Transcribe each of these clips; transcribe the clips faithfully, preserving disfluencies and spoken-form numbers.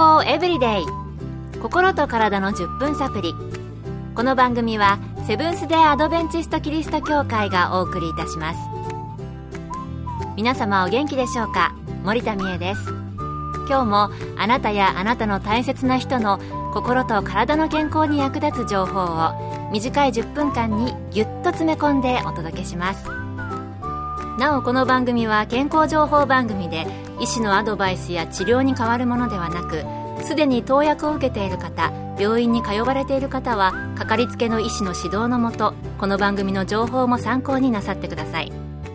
康エブリデイ、心と体のじゅっぷんサプリ。この番組はセブンス・デー・アドベンチスト・キリスト教会がお送りいたします。皆様お元気でしょうか。森田美恵です。今日もあなたやあなたの大切な人の心と体の健康に役立つ情報を短いじゅっぷんかんにぎゅっと詰め込んでお届けします。なおこの番組は健康情報番組で、医師のアドバイスや治療に代わるものではなく、すでに投薬を受けている方、病院に通われている方はかかりつけの医師の指導のもと、この番組の情報も参考になさってください。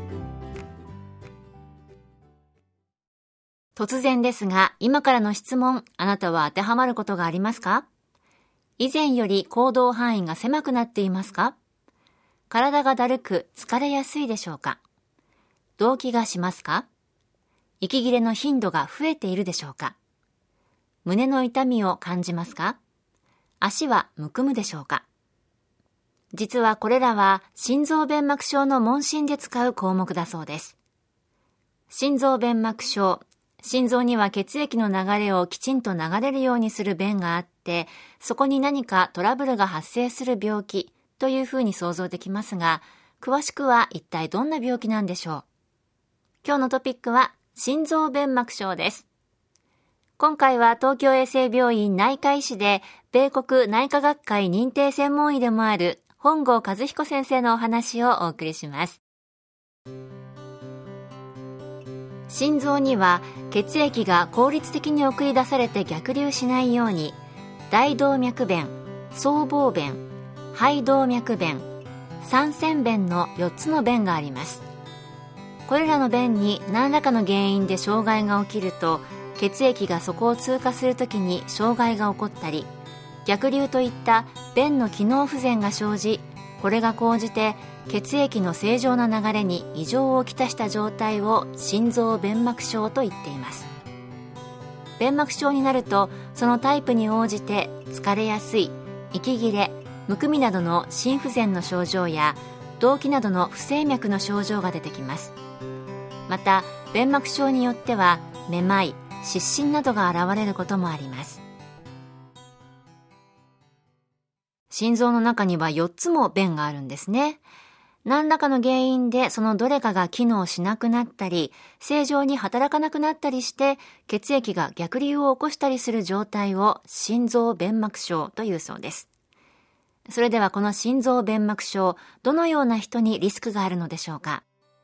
突然ですが、今からの質問、あなたは当てはまることがありますか？以前より行動範囲が狭くなっていますか？体がだるく疲れやすいでしょうか？動悸がしますか？息切れの頻度が増えているでしょうか？胸の痛みを感じますか？足はむくむでしょうか？実はこれらは心臓弁膜症の問診で使う項目だそうです。心臓弁膜症、心臓には血液の流れをきちんと流れるようにする弁があって、そこに何かトラブルが発生する病気というふうに想像できますが、詳しくは一体どんな病気なんでしょう。今日のトピックは心臓弁膜症です。今回は東京衛生病院内科医師で米国内科学会認定専門医でもある本郷和彦先生のお話をお送りします。心臓には血液が効率的に送り出されて逆流しないように、大動脈弁、僧帽弁、肺動脈弁、三尖弁のよっつの弁があります。これらの弁に何らかの原因で障害が起きると、血液がそこを通過するときに障害が起こったり、逆流といった弁の機能不全が生じ、これが高じて血液の正常な流れに異常をきたした状態を心臓弁膜症と言っています。弁膜症になると、そのタイプに応じて疲れやすい、息切れ、むくみなどの心不全の症状や、動悸などの不整脈の症状が出てきます。また弁膜症によってはめまい、失神などが現れることもあります。心臓の中にはよっつも弁があるんですね。何らかの原因でそのどれかが機能しなくなったり、正常に働かなくなったりして、血液が逆流を起こしたりする状態を心臓弁膜症というそうです。それではこの心臓弁膜症、どのような人にリスクがあるのでしょうか。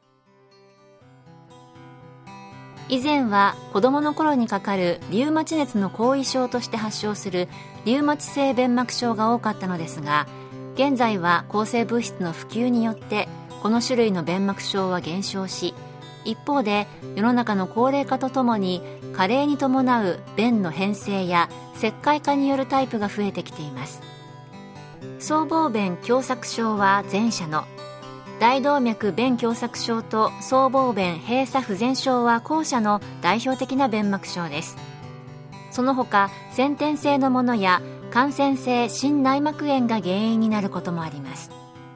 以前は子供の頃にかかるリウマチ熱の後遺症として発症するリウマチ性弁膜症が多かったのですが、現在は抗生物質の普及によってこの種類の弁膜症は減少し、一方で世の中の高齢化とともに加齢に伴う弁の変性や石灰化によるタイプが増えてきています。僧帽弁狭窄症は前者の、大動脈弁狭窄症と僧帽弁閉鎖不全症は後者の代表的な弁膜症です。その他先天性のものや感染性心内膜炎が原因になることもあります。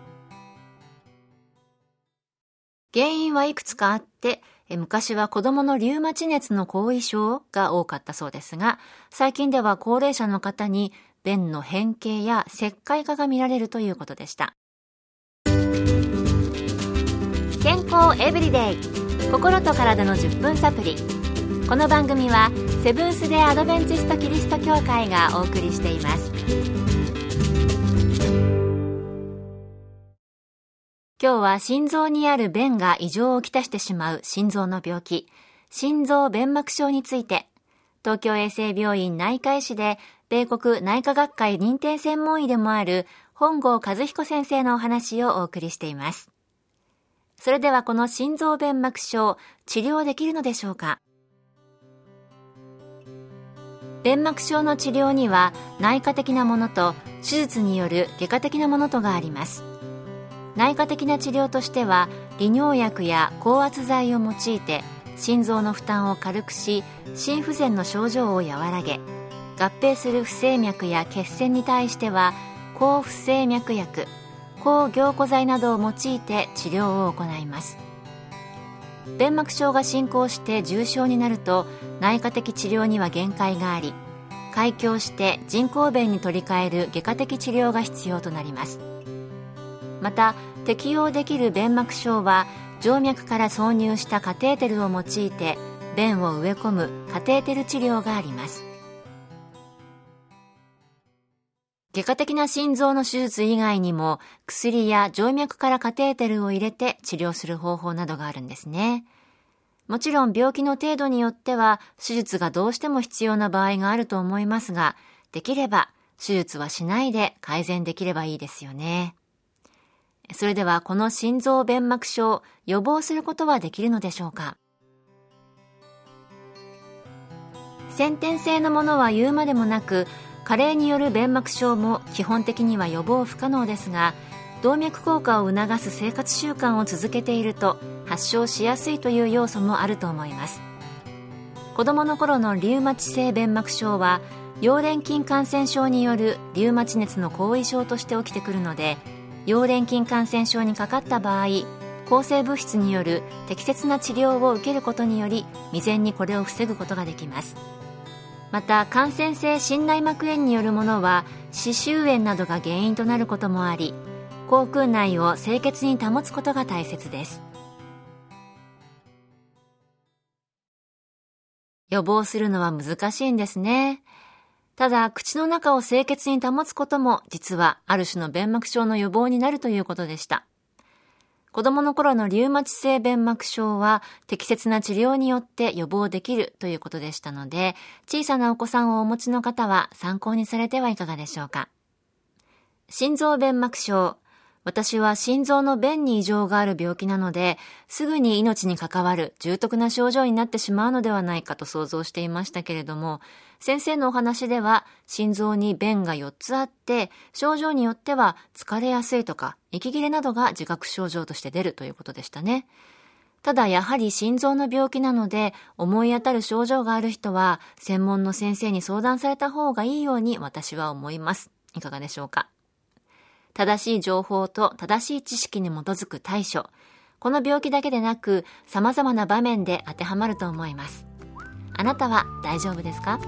原因はいくつかあって、昔は子どものリウマチ熱の後遺症が多かったそうですが、最近では高齢者の方に弁の変形や石灰化が見られるということでした。健康エブリデイ、心と体のじゅっぷんサプリ。この番組はセブンス・デー・アドベンチスト・キリスト教会がお送りしています。今日は心臓にある弁が異常をきたしてしまう心臓の病気、心臓弁膜症について、東京衛生病院内科医師で米国内科学会認定専門医でもある本郷和彦先生のお話をお送りしています。それではこの心臓弁膜症、治療できるのでしょうか。弁膜症の治療には内科的なものと手術による外科的なものとがあります。内科的な治療としては利尿薬や降圧剤を用いて心臓の負担を軽くし、心不全の症状を和らげ、合併する不整脈や血栓に対しては抗不整脈薬、抗凝固剤などを用いて治療を行います。弁膜症が進行して重症になると内科的治療には限界があり、 開胸して人工弁に取り替える外科的治療が必要となります。また適用できる弁膜症は静脈から挿入したカテーテルを用いて弁を植え込むカテーテル治療があります。外科的な心臓の手術以外にも薬や静脈からカテーテルを入れて治療する方法などがあるんですね。もちろん病気の程度によっては手術がどうしても必要な場合があると思いますが、できれば手術はしないで改善できればいいですよね。それではこの心臓弁膜症、予防することはできるのでしょうか。先天性のものは言うまでもなく、加齢による弁膜症も基本的には予防不可能ですが、動脈硬化を促す生活習慣を続けていると発症しやすいという要素もあると思います。子どもの頃のリウマチ性弁膜症は溶連菌感染症によるリウマチ熱の後遺症として起きてくるので、溶連菌感染症にかかった場合、抗生物質による適切な治療を受けることにより未然にこれを防ぐことができます。また感染性心内膜炎によるものは歯周炎などが原因となることもあり、口腔内を清潔に保つことが大切です。予防するのは難しいんですね。ただ口の中を清潔に保つことも実はある種の弁膜症の予防になるということでした。子供の頃のリウマチ性弁膜症は適切な治療によって予防できるということでしたので、小さなお子さんをお持ちの方は参考にされてはいかがでしょうか。心臓弁膜症、私は心臓の弁に異常がある病気なので、すぐに命に関わる重篤な症状になってしまうのではないかと想像していましたけれども、先生のお話では心臓に弁がよっつあって、症状によっては疲れやすいとか息切れなどが自覚症状として出るということでしたね。ただやはり心臓の病気なので、思い当たる症状がある人は専門の先生に相談された方がいいように私は思います。いかがでしょうか。正しい情報と正しい知識に基づく対処、この病気だけでなく様々な場面で当てはまると思います。あなたは大丈夫ですか？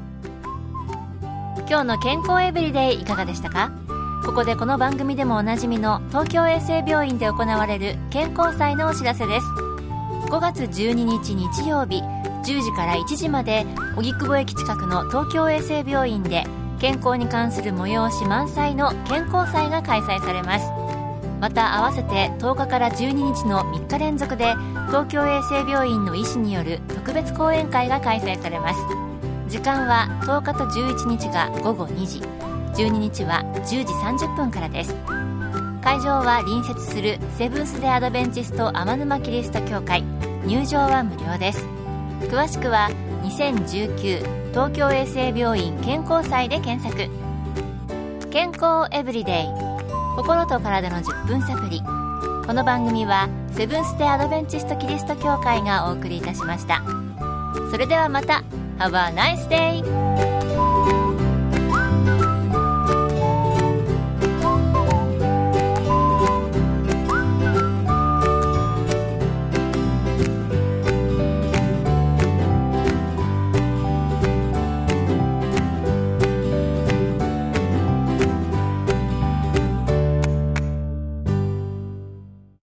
今日の健康エブリデイいかがでしたか？ここでこの番組でもおなじみの東京衛生病院で行われる健康祭のお知らせです。ごがつじゅうににち日曜日じゅうじからいちじまで荻窪駅近くの東京衛生病院で健康に関する催し満載の健康祭が開催されます。また合わせてとおかからじゅうににちのみっか連続で東京衛生病院の医師による特別講演会が開催されます。時間はとおかとじゅういちにちがごごにじ、じゅうににちはじゅうじさんじゅっぷんからです。会場は隣接するセブンス・デ・アドベンチスト天沼キリスト教会、入場は無料です。詳しくはにせんじゅうきゅう東京衛生病院健康祭で検索。健康エブリデイ、心と体のじゅっぷんサプリ。この番組はセブンス・デ・アドベンチストキリスト教会がお送りいたしました。それではまた。Have a nice day!